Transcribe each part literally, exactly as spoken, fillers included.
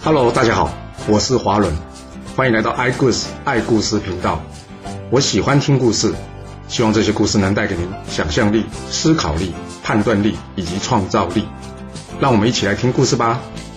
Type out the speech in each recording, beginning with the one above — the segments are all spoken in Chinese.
Hello， 大家好，我是华伦，欢迎来到爱故事爱故事频道。我喜欢听故事，希望这些故事能带给您想象力、思考力、判断力以及创造力。让我们一起来听故事吧。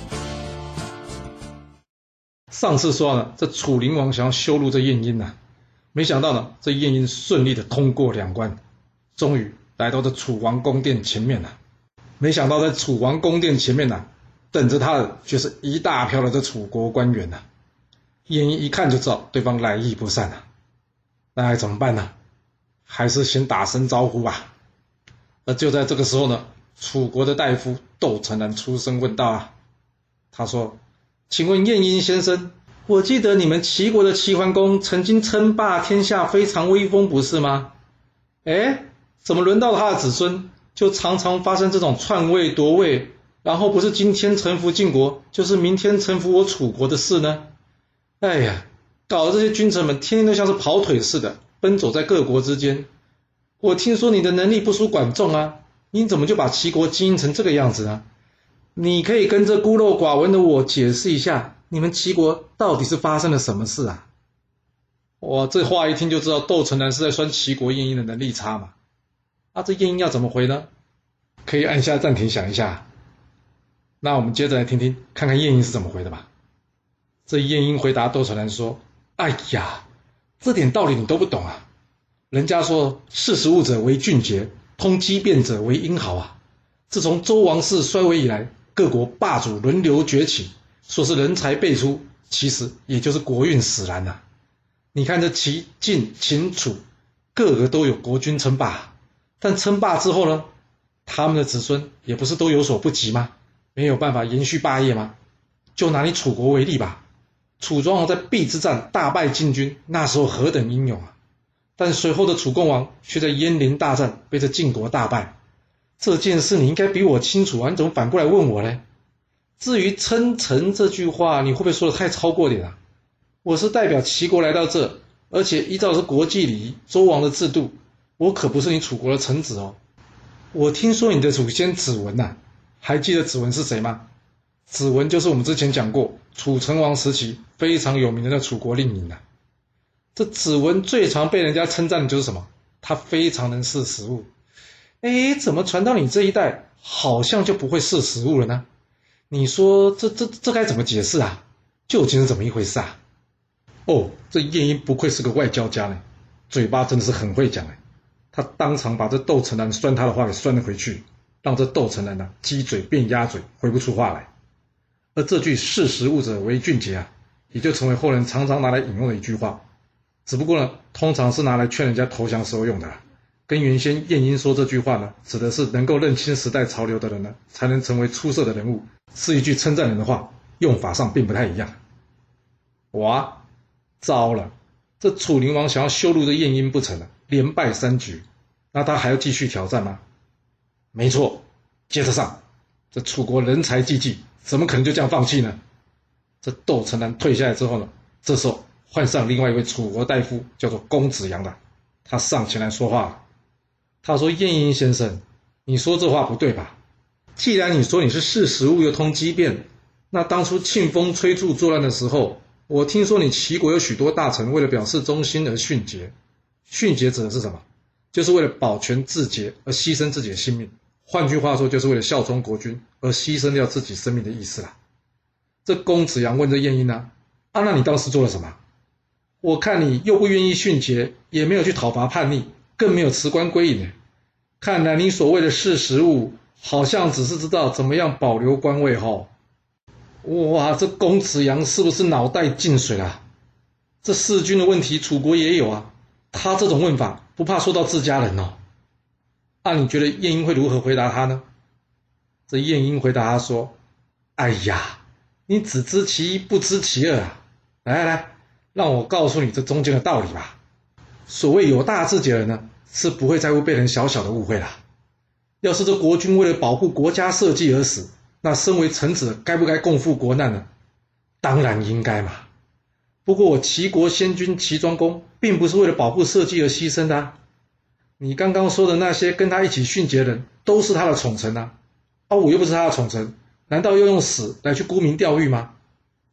上次说呢，这楚灵王想要羞辱这晏婴啊，没想到呢，这晏婴顺利的通过两关，终于来到这楚王宫殿前面了。没想到在楚王宫殿前面呢、啊，等着他的却是一大票的这楚国官员呐、啊。晏婴一看就知道对方来意不善啊，那该怎么办呢？还是先打声招呼吧。而就在这个时候呢，楚国的大夫窦成南出声问道啊，他说：“请问晏婴先生，我记得你们齐国的齐桓公曾经称霸天下，非常威风，不是吗？哎，怎么轮到他的子孙，就常常发生这种篡位夺位，然后不是今天臣服晋国，就是明天臣服我楚国的事呢？哎呀，搞得这些君臣们天天都像是跑腿似的，奔走在各国之间。我听说你的能力不输管仲啊，你怎么就把齐国经营成这个样子啊？你可以跟这孤陋寡闻的我解释一下，你们齐国到底是发生了什么事啊？”哇，这话一听就知道窦成南是在酸齐国晏婴的能力差嘛。啊，这晏婴要怎么回呢？可以按下暂停想一下。那我们接着来听听，看看晏婴是怎么回的吧。这晏婴回答窦成南说：“哎呀，这点道理你都不懂啊！人家说识时务者为俊杰，通机变者为英豪啊。自从周王室衰微以来，各国霸主轮流崛起，说是人才辈出，其实也就是国运使然啊。你看这齐、晋、秦、楚，个个都有国君称霸，但称霸之后呢，他们的子孙也不是都有所不及吗？没有办法延续霸业吗？就拿你楚国为例吧，楚庄王在邲之战大败晋军，那时候何等英勇啊！但随后的楚共王却在鄢陵大战被这晋国大败。这件事你应该比我清楚啊，你怎么反过来问我呢？至于称臣这句话，你会不会说的太超过点啊？我是代表齐国来到这，而且依照是国际礼仪，周王的制度，我可不是你楚国的臣子哦。我听说你的祖先子文啊，还记得子文是谁吗？子文就是我们之前讲过，楚成王时期非常有名的那楚国令尹啊。这子文最常被人家称赞的就是什么？他非常能识时务。哎，怎么传到你这一代，好像就不会识时务了呢？你说这这这该怎么解释啊？究竟是怎么一回事啊？哦，这晏婴不愧是个外交家呢，嘴巴真的是很会讲哎。他当场把这窦成南酸他的话给酸了回去，让这窦成南呢鸡嘴变鸭嘴，回不出话来。而这句识时务者为俊杰啊，也就成为后人常常拿来引用的一句话。只不过呢，通常是拿来劝人家投降时候用的啦。跟原先晏婴说这句话呢，指的是能够认清时代潮流的人呢，才能成为出色的人物，是一句称赞人的话，用法上并不太一样。哇，糟了，这楚灵王想要羞辱这晏婴不成了，连败三局，那他还要继续挑战吗？没错，接着上，这楚国人才济济，怎么可能就这样放弃呢？这窦成南退下来之后呢，这时候换上另外一位楚国大夫，叫做公子阳的，他上前来说话了。他说：“晏婴先生，你说这话不对吧？既然你说你是识时务又通机变，那当初庆丰催促作乱的时候，我听说你齐国有许多大臣为了表示忠心而殉节。殉节指的是什么？就是为了保全自节而牺牲自己的性命。换句话说，就是为了效忠国君而牺牲掉自己生命的意思啦。”这公子阳问这晏婴啊，啊，那你当时做了什么？我看你又不愿意殉节，也没有去讨伐叛逆，更没有辞官归隐。看来你所谓的识时务，好像只是知道怎么样保留官位吼。哇，这公子阳是不是脑袋进水啦？这弑君的问题，楚国也有啊。他这种问法，不怕说到自家人哦。那、啊、你觉得晏婴会如何回答他呢？这晏婴回答他说：“哎呀，你只知其一，不知其二啊！来来来，让我告诉你这中间的道理吧。所谓有大志节的人呢，是不会在乎被人小小的误会啦。要是这国君为了保护国家社稷而死，那身为臣子该不该共赴国难呢？当然应该嘛。不过我齐国先君齐庄公并不是为了保护社稷而牺牲的啊。你刚刚说的那些跟他一起殉节的人，都是他的宠臣啊。啊，我又不是他的宠臣，难道要用死来去沽名钓誉吗？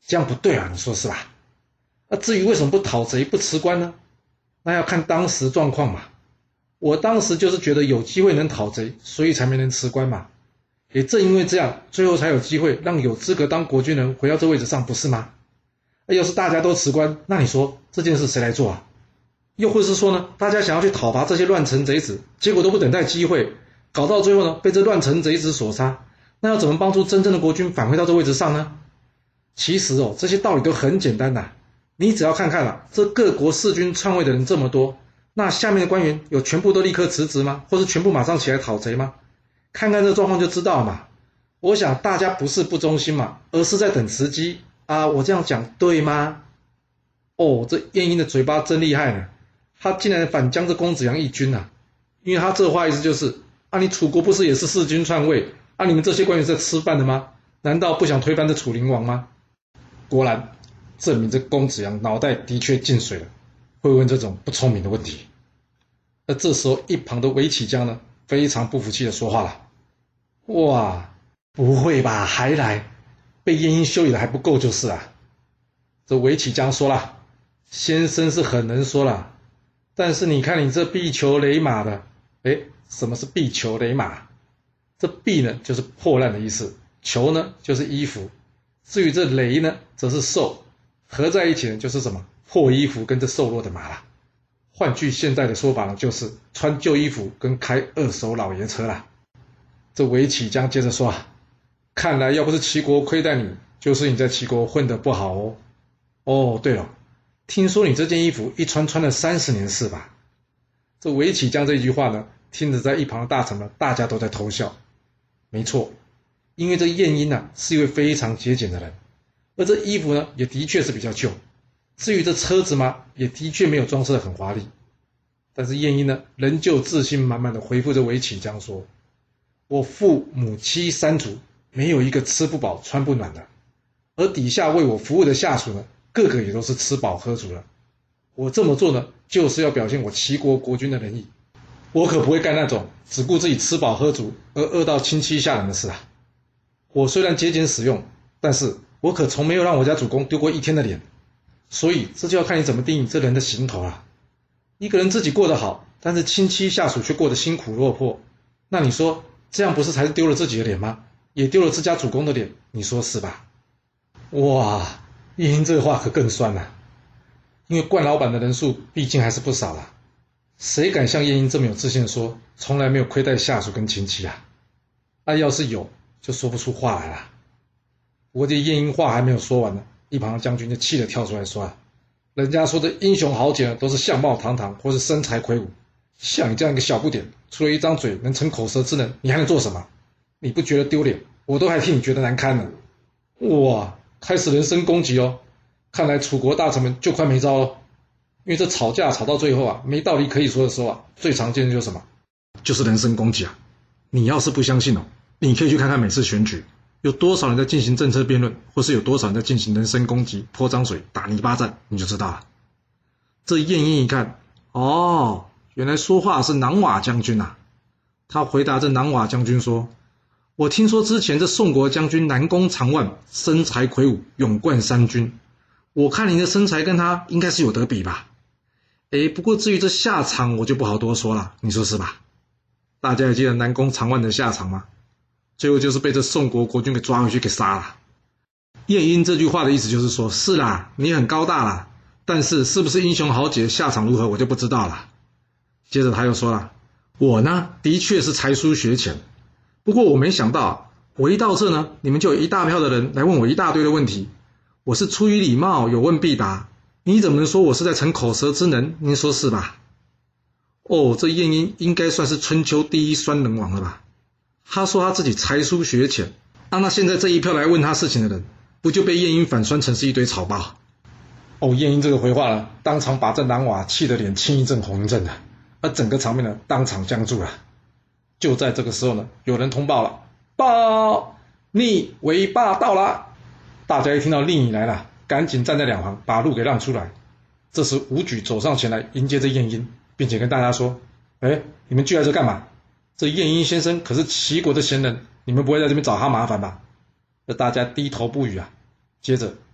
这样不对啊，你说是吧？那至于为什么不讨贼不辞官呢？那要看当时状况嘛。我当时就是觉得有机会能讨贼，所以才没能辞官嘛。也正因为这样，最后才有机会让有资格当国军人回到这位置上，不是吗？那要是大家都辞官，那你说这件事谁来做啊？又或是说呢，大家想要去讨伐这些乱臣贼子，结果都不等待机会，搞到最后呢，被这乱臣贼子所杀，那要怎么帮助真正的国军返回到这位置上呢？其实哦，这些道理都很简单呐，你只要看看啊，这各国弑君篡位的人这么多，那下面的官员有全部都立刻辞职吗？或是全部马上起来讨贼吗？看看这个状况就知道了嘛。我想大家不是不忠心嘛，而是在等时机啊。我这样讲对吗？哦，这晏婴的嘴巴真厉害呢，他竟然反将这公子阳一军啊！因为他这话意思就是啊，你楚国不是也是弑君篡位啊？你们这些官员是在吃饭的吗？难道不想推翻这楚灵王吗？果然证明这公子阳脑袋的确进水了，会问这种不聪明的问题。而这时候一旁的韦启江呢，非常不服气的说话了：哇，不会吧，还来？被晏婴修理的还不够就是啊。这韦启江说了：先生是很能说了，但是你看你这必求雷马的，诶，什么是必求雷马？这必呢就是破烂的意思，求呢就是衣服，至于这雷呢则是瘦，合在一起呢就是什么破衣服跟这瘦弱的马啦。换句现代的说法呢，就是穿旧衣服跟开二手老爷车啦。这韦启江接着说啊，看来要不是齐国亏待你，就是你在齐国混得不好哦。哦，对了，听说你这件衣服一穿穿了三十年是吧？这韦启江这一句话呢，听着在一旁的大臣们大家都在偷笑。没错，因为这晏婴啊是一位非常节俭的人，而这衣服呢也的确是比较旧。至于这车子嘛，也的确没有装饰得很华丽。但是晏婴呢，仍旧自信满满的回复着韦启江说：我父母妻三族，没有一个吃不饱穿不暖的，而底下为我服务的下属呢，个个也都是吃饱喝足了。我这么做呢，就是要表现我齐国国君的仁义。我可不会干那种只顾自己吃饱喝足而饿到亲戚下人的事啊。我虽然节俭使用，但是我可从没有让我家主公丢过一天的脸。所以这就要看你怎么定义这人的行头了。一个人自己过得好，但是亲戚下属却过得辛苦落魄，那你说这样不是才是丢了自己的脸吗？也丢了自家主公的脸，你说是吧？哇，晏婴这话可更酸了，因为冠老板的人数毕竟还是不少啦。谁敢像晏婴这么有自信的说从来没有亏待下属跟亲戚啊？啊，要是有就说不出话来了。不过这晏婴话还没有说完呢，一旁的将军就气得跳出来说啊，人家说的英雄豪杰都是相貌堂堂或是身材魁梧，像你这样一个小不点，除了一张嘴能逞口舌之能，你还能做什么？你不觉得丢脸，我都还替你觉得难堪呢。哇，开始人身攻击哦，看来楚国大臣们就快没招了。因为这吵架吵到最后啊，没道理可以说的时候啊，最常见的就是什么？就是人身攻击啊。你要是不相信哦，你可以去看看每次选举有多少人在进行政策辩论，或是有多少人在进行人身攻击、泼脏水、打泥巴战，你就知道了。这晏婴一看，哦，原来说话是囊瓦将军啊。他回答这囊瓦将军说：我听说之前这宋国将军南宫长万身材魁梧，勇冠三军，我看你的身材跟他应该是有得比吧。诶，不过至于这下场我就不好多说了，你说是吧？大家还记得南宫长万的下场吗？最后就是被这宋国国君给抓回去给杀了。晏婴这句话的意思就是说，是啦，你很高大啦，但是是不是英雄豪杰，下场如何我就不知道了。接着他又说了，我呢的确是才疏学浅，不过我没想到我一到这呢，你们就有一大票的人来问我一大堆的问题，我是出于礼貌，有问必答，你怎么能说我是在逞口舌之能？您说是吧？哦，这晏婴应该算是春秋第一酸人王了吧？他说他自己才疏学浅，啊，那现在这一票来问他事情的人，不就被晏婴反酸成是一堆草包？哦，晏婴这个回话呢，当场把这囊瓦气得脸青一阵红一阵的，而整个场面呢，当场僵住了。就在这个时候呢，有人通报了，报逆尾霸到了。大家一听到逆来了，赶紧站在两旁，把路给让出来。这时武举走上前来迎接这晏婴，并且跟大家说：哎，你们聚在这干嘛？这晏婴先生可是齐国的贤人，你们不会在这边找他麻烦吧？这大家低头不语啊。接着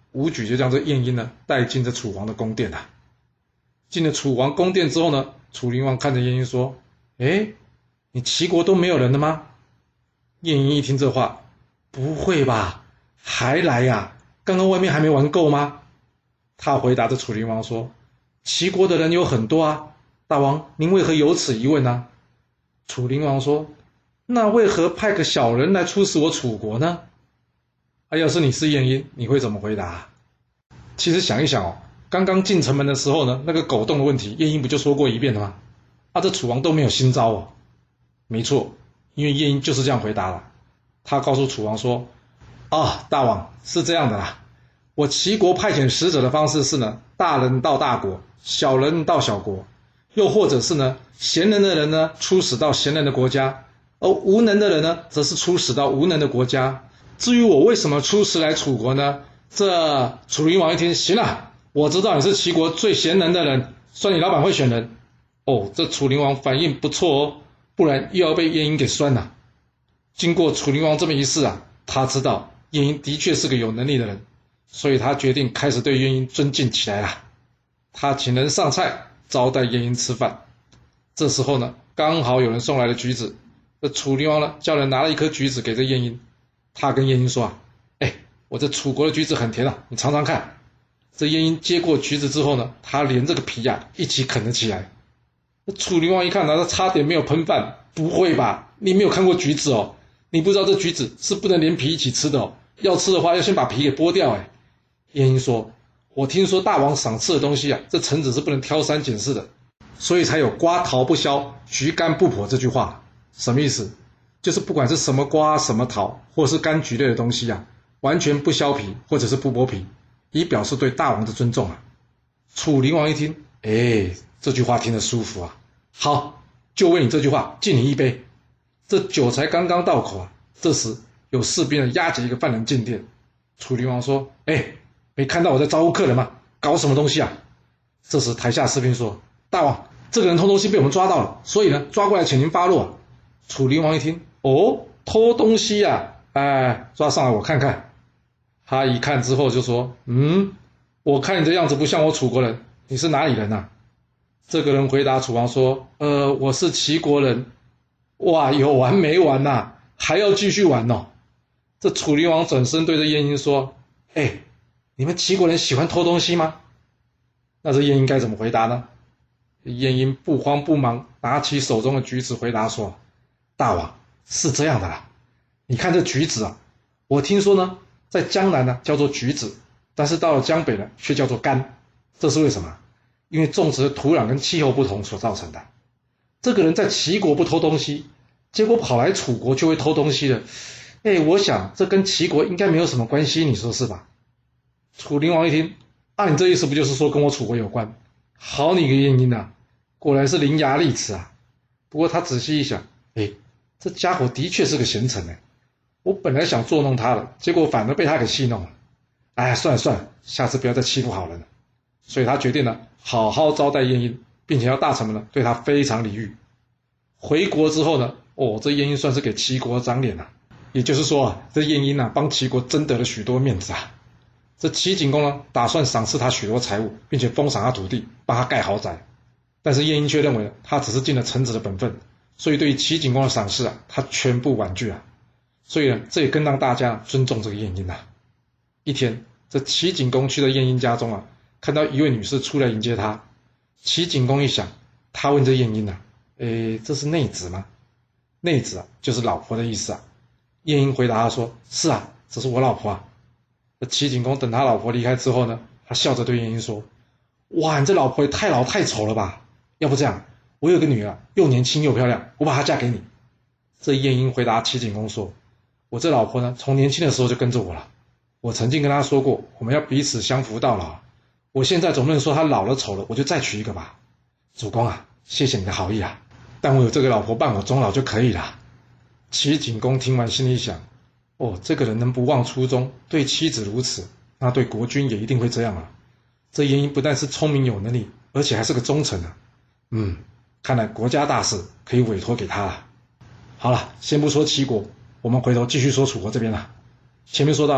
武举就将这晏婴呢带进这楚王的宫殿啊。进了楚王宫殿之后呢，楚灵王看着晏婴说：诶，你齐国都没有人了吗？晏婴一听这话，不会吧，还来呀？刚刚外面还没玩够吗？他回答着楚灵王说：齐国的人有很多啊，大王您为何有此疑问呢？楚灵王说：那为何派个小人来出使我楚国呢？啊，要是你是晏婴，你会怎么回答？其实想一想哦，刚刚进城门的时候呢，那个狗洞的问题，晏婴不就说过一遍了吗？啊，这楚王都没有新招哦。没错，因为晏婴就是这样回答了。他告诉楚王说：啊，大王是这样的啦，我齐国派遣使者的方式是呢，大人到大国，小人到小国，又或者是呢，贤能的人呢出使到贤能的国家，而无能的人呢，则是出使到无能的国家。至于我为什么出使来楚国呢？这楚灵王一听，行了，我知道你是齐国最贤能的人，算你老板会选人。哦，这楚灵王反应不错哦，不然又要被晏婴给酸了。经过楚灵王这么一试啊，他知道晏婴的确是个有能力的人，所以他决定开始对晏婴尊敬起来了。他请人上菜招待晏婴吃饭。这时候呢，刚好有人送来了橘子，这楚灵王呢叫人拿了一颗橘子给这晏婴。他跟晏婴说啊，哎，我这楚国的橘子很甜啊，你尝尝看。这晏婴接过橘子之后呢，他连这个皮啊一起啃了起来。楚灵王一看他差点没有喷饭，不会吧，你没有看过橘子哦，你不知道这橘子是不能连皮一起吃的哦，要吃的话要先把皮给剥掉。哎，晏婴说，我听说大王赏赐的东西啊，这臣子是不能挑三拣四的，所以才有瓜桃不削，橘干不破这句话。什么意思？就是不管是什么瓜什么桃或是柑橘类的东西啊，完全不削皮或者是不剥皮，以表示对大王的尊重啊。楚灵王一听，哎，这句话听得舒服啊，好，就为你这句话敬你一杯。这酒才刚刚到口啊，这时有士兵呢押解一个犯人进殿。楚灵王说，哎，没看到我在招呼客人吗？搞什么东西啊？这时台下士兵说，大王，这个人偷东西被我们抓到了，所以呢抓过来请您发落啊。楚灵王一听，哦，偷东西啊，哎，抓上来我看看。他一看之后就说，嗯，我看你的样子不像我楚国人，你是哪里人啊？这个人回答楚王说，呃，我是齐国人。哇，有完没完呐、啊？还要继续玩哦。这楚灵王转身对着晏婴说，哎，你们齐国人喜欢偷东西吗？那这晏婴该怎么回答呢？晏婴不慌不忙拿起手中的橘子回答说，大王，是这样的啦，你看这橘子啊，我听说呢，在江南呢叫做橘子，但是到了江北呢却叫做柑，这是为什么？因为种植的土壤跟气候不同所造成的。这个人在齐国不偷东西，结果跑来楚国就会偷东西了。哎，我想这跟齐国应该没有什么关系，你说是吧？楚灵王一听，啊，你这意思不就是说跟我楚国有关？好你个晏婴啊，果然是伶牙俐齿啊。不过他仔细一想，哎，这家伙的确是个贤臣哎，我本来想捉弄他了，结果反而被他给戏弄了。哎，算了算了，下次不要再欺负好人了。所以他决定呢，好好招待晏婴，并且要大臣们呢对他非常礼遇。回国之后呢，哦，这晏婴算是给齐国长脸了。也就是说啊，这晏婴啊帮齐国争得了许多面子啊。这齐景公呢打算赏赐他许多财物，并且封赏他土地，帮他盖豪宅。但是晏婴却认为他只是尽了臣子的本分，所以对于齐景公的赏识啊，他全部婉拒啊。所以呢，这也更让大家尊重这个晏婴啊。一天，这齐景公去到晏婴家中啊，看到一位女士出来迎接他。齐景公一想，他问这晏婴啊，诶，这是内子吗？内子啊，就是老婆的意思啊。晏婴回答他说，是啊，这是我老婆啊。这齐景公等他老婆离开之后呢，他笑着对晏婴说，哇，你这老婆也太老太丑了吧，要不这样，我有个女儿，又年轻又漂亮，我把她嫁给你。这晏婴回答齐景公说，我这老婆呢，从年轻的时候就跟着我了，我曾经跟她说过，我们要彼此相扶到老，我现在总不能说她老了丑了，我就再娶一个吧。主公啊，谢谢你的好意啊，但我有这个老婆伴我终老就可以了。齐景公听完心里想，哦，这个人能不忘初衷，对妻子如此，那对国君也一定会这样啊。这晏婴不但是聪明有能力，而且还是个忠臣啊。嗯，看来国家大事可以委托给他了。好了，先不说齐国，我们回头继续说楚国这边了。前面说到了，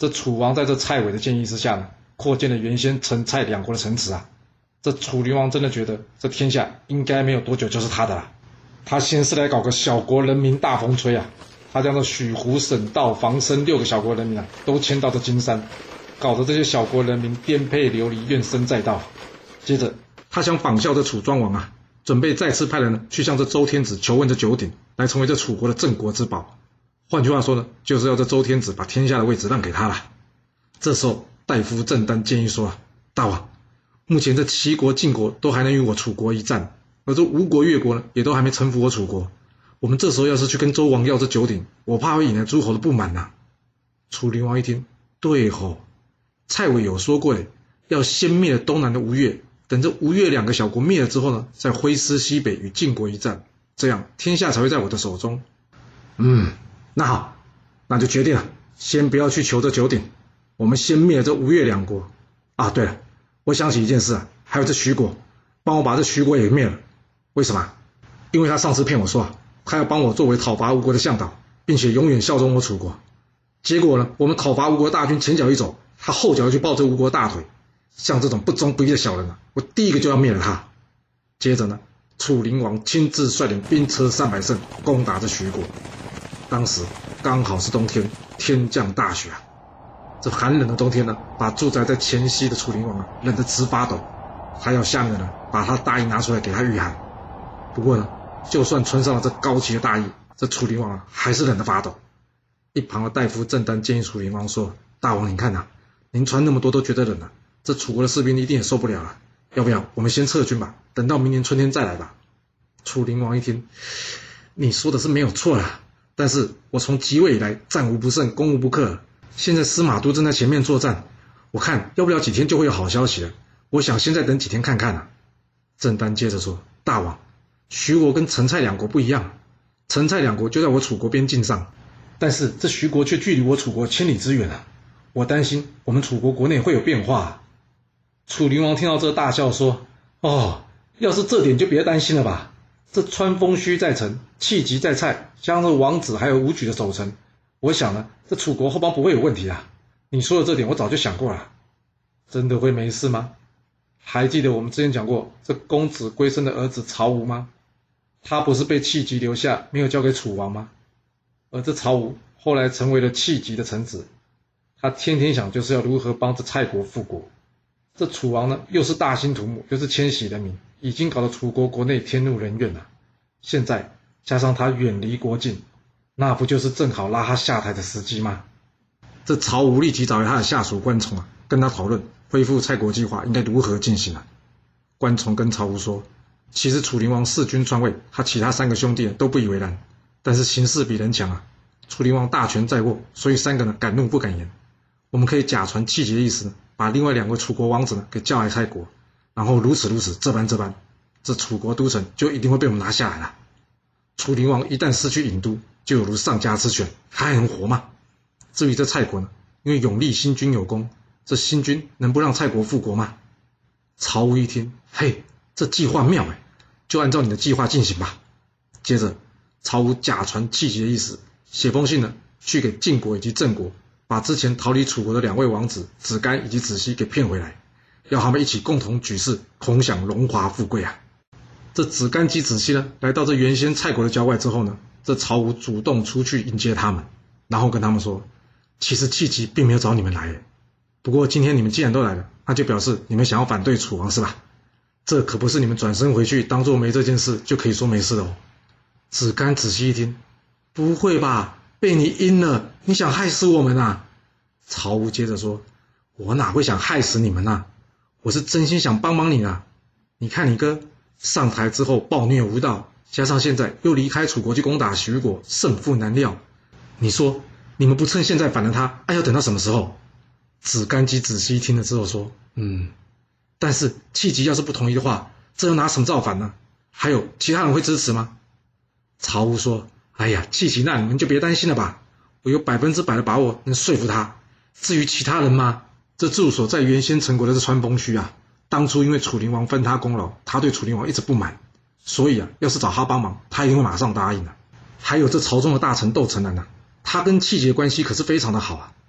这楚王在这蔡伟的建议之下呢，扩建了原先陈蔡两国的城池啊。这楚灵王真的觉得这天下应该没有多久就是他的了。他先是来搞个小国人民大风吹啊，他将这许胡、沈道、房申六个小国人民啊都迁到这金山，搞得这些小国人民颠沛流离，怨声载道。接着他想仿效这楚庄王啊，准备再次派人呢去向这周天子求问这九鼎，来成为这楚国的镇国之宝。换句话说呢，就是要这周天子把天下的位置让给他了。这时候大夫郑丹建议说啊，大王，目前这齐国晋国都还能与我楚国一战，而这吴国越国呢也都还没臣服我楚国，我们这时候要是去跟周王要这九鼎，我怕会引来诸侯的不满呐、啊。楚灵王一听，对吼，蔡伟有说过嘞，要先灭了东南的吴越，等这吴越两个小国灭了之后呢，再挥师西北与晋国一战，这样天下才会在我的手中。嗯，那好，那就决定了，先不要去求这九鼎，我们先灭了这吴越两国。啊，对了，我想起一件事啊，还有这徐国，帮我把这徐国也灭了。为什么？因为他上次骗我说啊，他要帮我作为讨伐吴国的向导，并且永远效忠我楚国。结果呢，我们讨伐吴国大军前脚一走，他后脚又去抱这吴国大腿。像这种不忠不义的小人啊，我第一个就要灭了他。接着呢，楚灵王亲自率领兵车三百乘攻打这徐国。当时刚好是冬天，天降大雪啊。这寒冷的冬天呢，把住宅在黔西的楚灵王啊冷得直发抖。他要下面的人把他大衣拿出来给他御寒。不过呢，就算穿上了这高级的大衣，这楚灵王啊还是冷得发抖。一旁的大夫郑丹建议楚灵王说：“大王，您看呐、啊，您穿那么多都觉得冷啊，这楚国的士兵一定也受不了了。要不要我们先撤军吧？等到明年春天再来吧。”楚灵王一听，你说的是没有错啦，但是我从即位以来战无不胜，攻无不克，现在司马都正在前面作战，我看要不了几天就会有好消息了。我想现在等几天看看啊。郑丹接着说：“大王，徐国跟陈蔡两国不一样，陈蔡两国就在我楚国边境上，但是这徐国却距离我楚国千里之远啊，我担心我们楚国国内会有变化啊。”楚灵王听到这大笑说：“哦，要是这点就别担心了吧，这川风须在陈，气急在蔡，加上这王子还有武举的守城，我想呢，这楚国后方不会有问题啊。你说的这点我早就想过了。真的会没事吗？还记得我们之前讲过这公子归生的儿子曹吴吗？他不是被弃疾留下，没有交给楚王吗？而这曹吴后来成为了弃疾的臣子，他天天想就是要如何帮着蔡国复国。这楚王呢，又是大兴土木，又是迁徙人民，已经搞得楚国国内天怒人怨了。现在加上他远离国境，那不就是正好拉他下台的时机吗？这曹吴立即找来他的下属关崇啊，跟他讨论恢复蔡国计划应该如何进行啊。关崇跟曹吴说，其实楚灵王弑君篡位，他其他三个兄弟都不以为然，但是形势比人强啊，楚灵王大权在握，所以三个呢敢怒不敢言。我们可以假传气急的意思呢，把另外两位楚国王子呢给叫来蔡国，然后如此如此，这般这般，这楚国都城就一定会被我们拿下来了。楚灵王一旦失去郢都，就有如丧家之犬，他还能活吗？至于这蔡国呢，因为永历新君有功，这新君能不让蔡国复国吗？曹吴一听，嘿，这计划妙哎，就按照你的计划进行吧。接着曹吴假传气急的意思，写封信呢去给晋国以及郑国，把之前逃离楚国的两位王子子干以及子西给骗回来，要他们一起共同举事，同享荣华富贵啊。这子干及子西呢来到这原先蔡国的郊外之后呢，这曹吴主动出去迎接他们，然后跟他们说，其实气急并没有找你们来耶，不过今天你们既然都来了，那就表示你们想要反对楚王是吧？这可不是你们转身回去当做没这件事就可以说没事的哦。子干仔细一听，不会吧，被你阴了，你想害死我们啊？曹吴接着说，我哪会想害死你们啊，我是真心想帮帮你啊。你看你哥上台之后暴虐无道，加上现在又离开楚国去攻打徐国，胜负难料，你说你们不趁现在反了他，哎，要等到什么时候？子干及子西听了之后说，嗯，但是气急要是不同意的话，这又拿什么造反呢？还有其他人会支持吗？曹吴说，哎呀，气急那你们就别担心了吧，我有百分之百的把握能说服他。至于其他人吗？这驻所在原先陈国的是川风须啊，当初因为楚灵王分他功劳，他对楚灵王一直不满，所以啊，要是找他帮忙，他一定会马上答应的。还有这朝中的大臣窦承南啊，他跟气急的关系可是非常的好啊。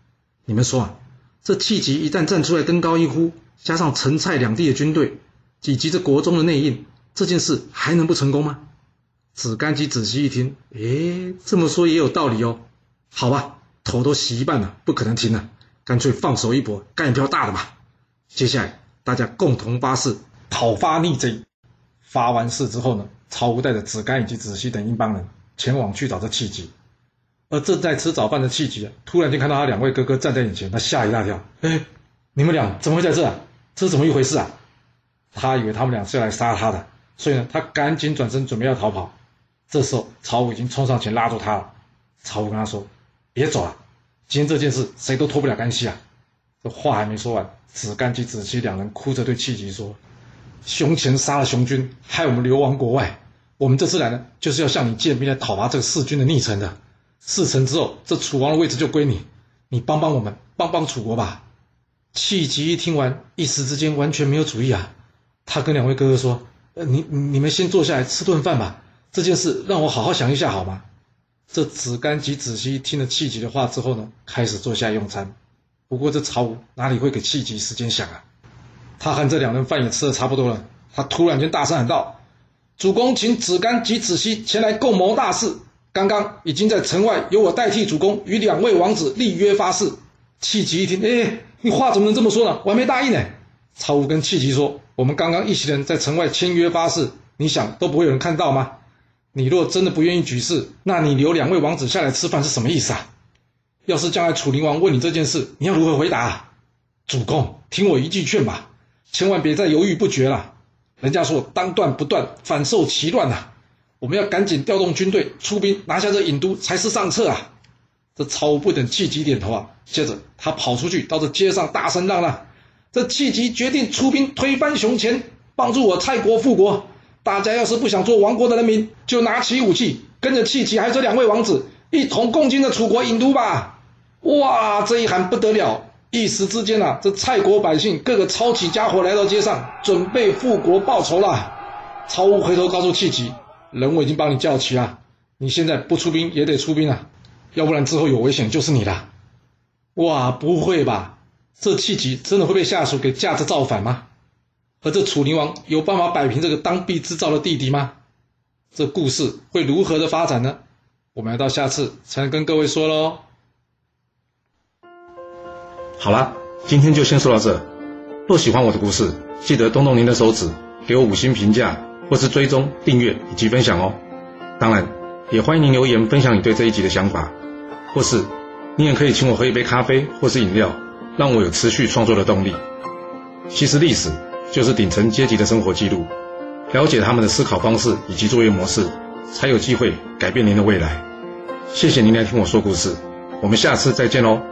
你们说啊，这戚吉一旦站出来登高一呼，加上陈蔡两地的军队，以及这国中的内应，这件事还能不成功吗？子干及子西一听，诶，这么说也有道理哦。好吧，头都洗一半了，不可能停了，干脆放手一搏，干一票大的吧。接下来大家共同发誓讨伐逆贼。发完誓之后呢，曹吴带着子干以及子西等一帮人前往去找这戚吉。而正在吃早饭的戚吉啊，突然间看到他两位哥哥站在眼前，他吓一大跳。哎，你们俩怎么会在这啊？这是怎么一回事啊？他以为他们俩是要来杀他的，所以呢，他赶紧转身准备要逃跑。这时候曹吴已经冲上前拉住他了。曹吴跟他说：“别走了，今天这件事谁都脱不了干系啊。”这话还没说完，子干及子西两人哭着对戚吉说：“胸前杀了雄军，害我们流亡国外。我们这次来呢，就是要向你借兵来讨伐这个弑君的逆臣的。事成之后，这楚王的位置就归你，你帮帮我们，帮帮楚国吧。”戚吉一听完，一时之间完全没有主意啊。他跟两位哥哥说：“呃，你你们先坐下来吃顿饭吧，这件事让我好好想一下好吗？”这子干及子西听了戚吉的话之后呢，开始坐下用餐。不过这曹吴哪里会给戚吉时间想啊？他和这两人饭也吃得差不多了，他突然间大声喊道：“主公请子干及子西前来共谋大事。刚刚已经在城外由我代替主公与两位王子立约发誓。”戚吉一听，哎，你话怎么能这么说呢？我还没答应呢。曹吴跟戚吉说：“我们刚刚一行人在城外签约发誓，你想都不会有人看到吗？你若真的不愿意举事，那你留两位王子下来吃饭是什么意思啊？要是将来楚灵王问你这件事，你要如何回答啊？主公，听我一句劝吧，千万别再犹豫不决了。人家说当断不断，反受其乱啊！我们要赶紧调动军队出兵拿下这郢都才是上策啊！”这曹吴不等戚吉点头啊，接着他跑出去到这街上大声嚷嚷：“这戚吉决定出兵推翻雄前，帮助我蔡国复国。大家要是不想做亡国的人民，就拿起武器，跟着戚吉还有这两位王子一同共进这楚国郢都吧！”哇，这一喊不得了，一时之间啊，这蔡国百姓各个抄起家伙来到街上，准备复国报仇了。曹吴回头告诉戚吉：“人我已经帮你叫齐了，你现在不出兵也得出兵啊，要不然之后有危险就是你的。”哇，不会吧？这戚吉真的会被下属给架着造反吗？而这楚灵王有办法摆平这个当弊制造的弟弟吗？这故事会如何的发展呢？我们要到下次才能跟各位说咯。 好啦，今天就先说到这。若喜欢我的故事，记得动动您的手指，给我五星评价，或是追踪、订阅以及分享哦。当然，也欢迎您留言分享你对这一集的想法，或是你也可以请我喝一杯咖啡或是饮料，让我有持续创作的动力。其实历史就是顶层阶级的生活记录，了解他们的思考方式以及作业模式，才有机会改变您的未来。谢谢您来听我说故事，我们下次再见喽。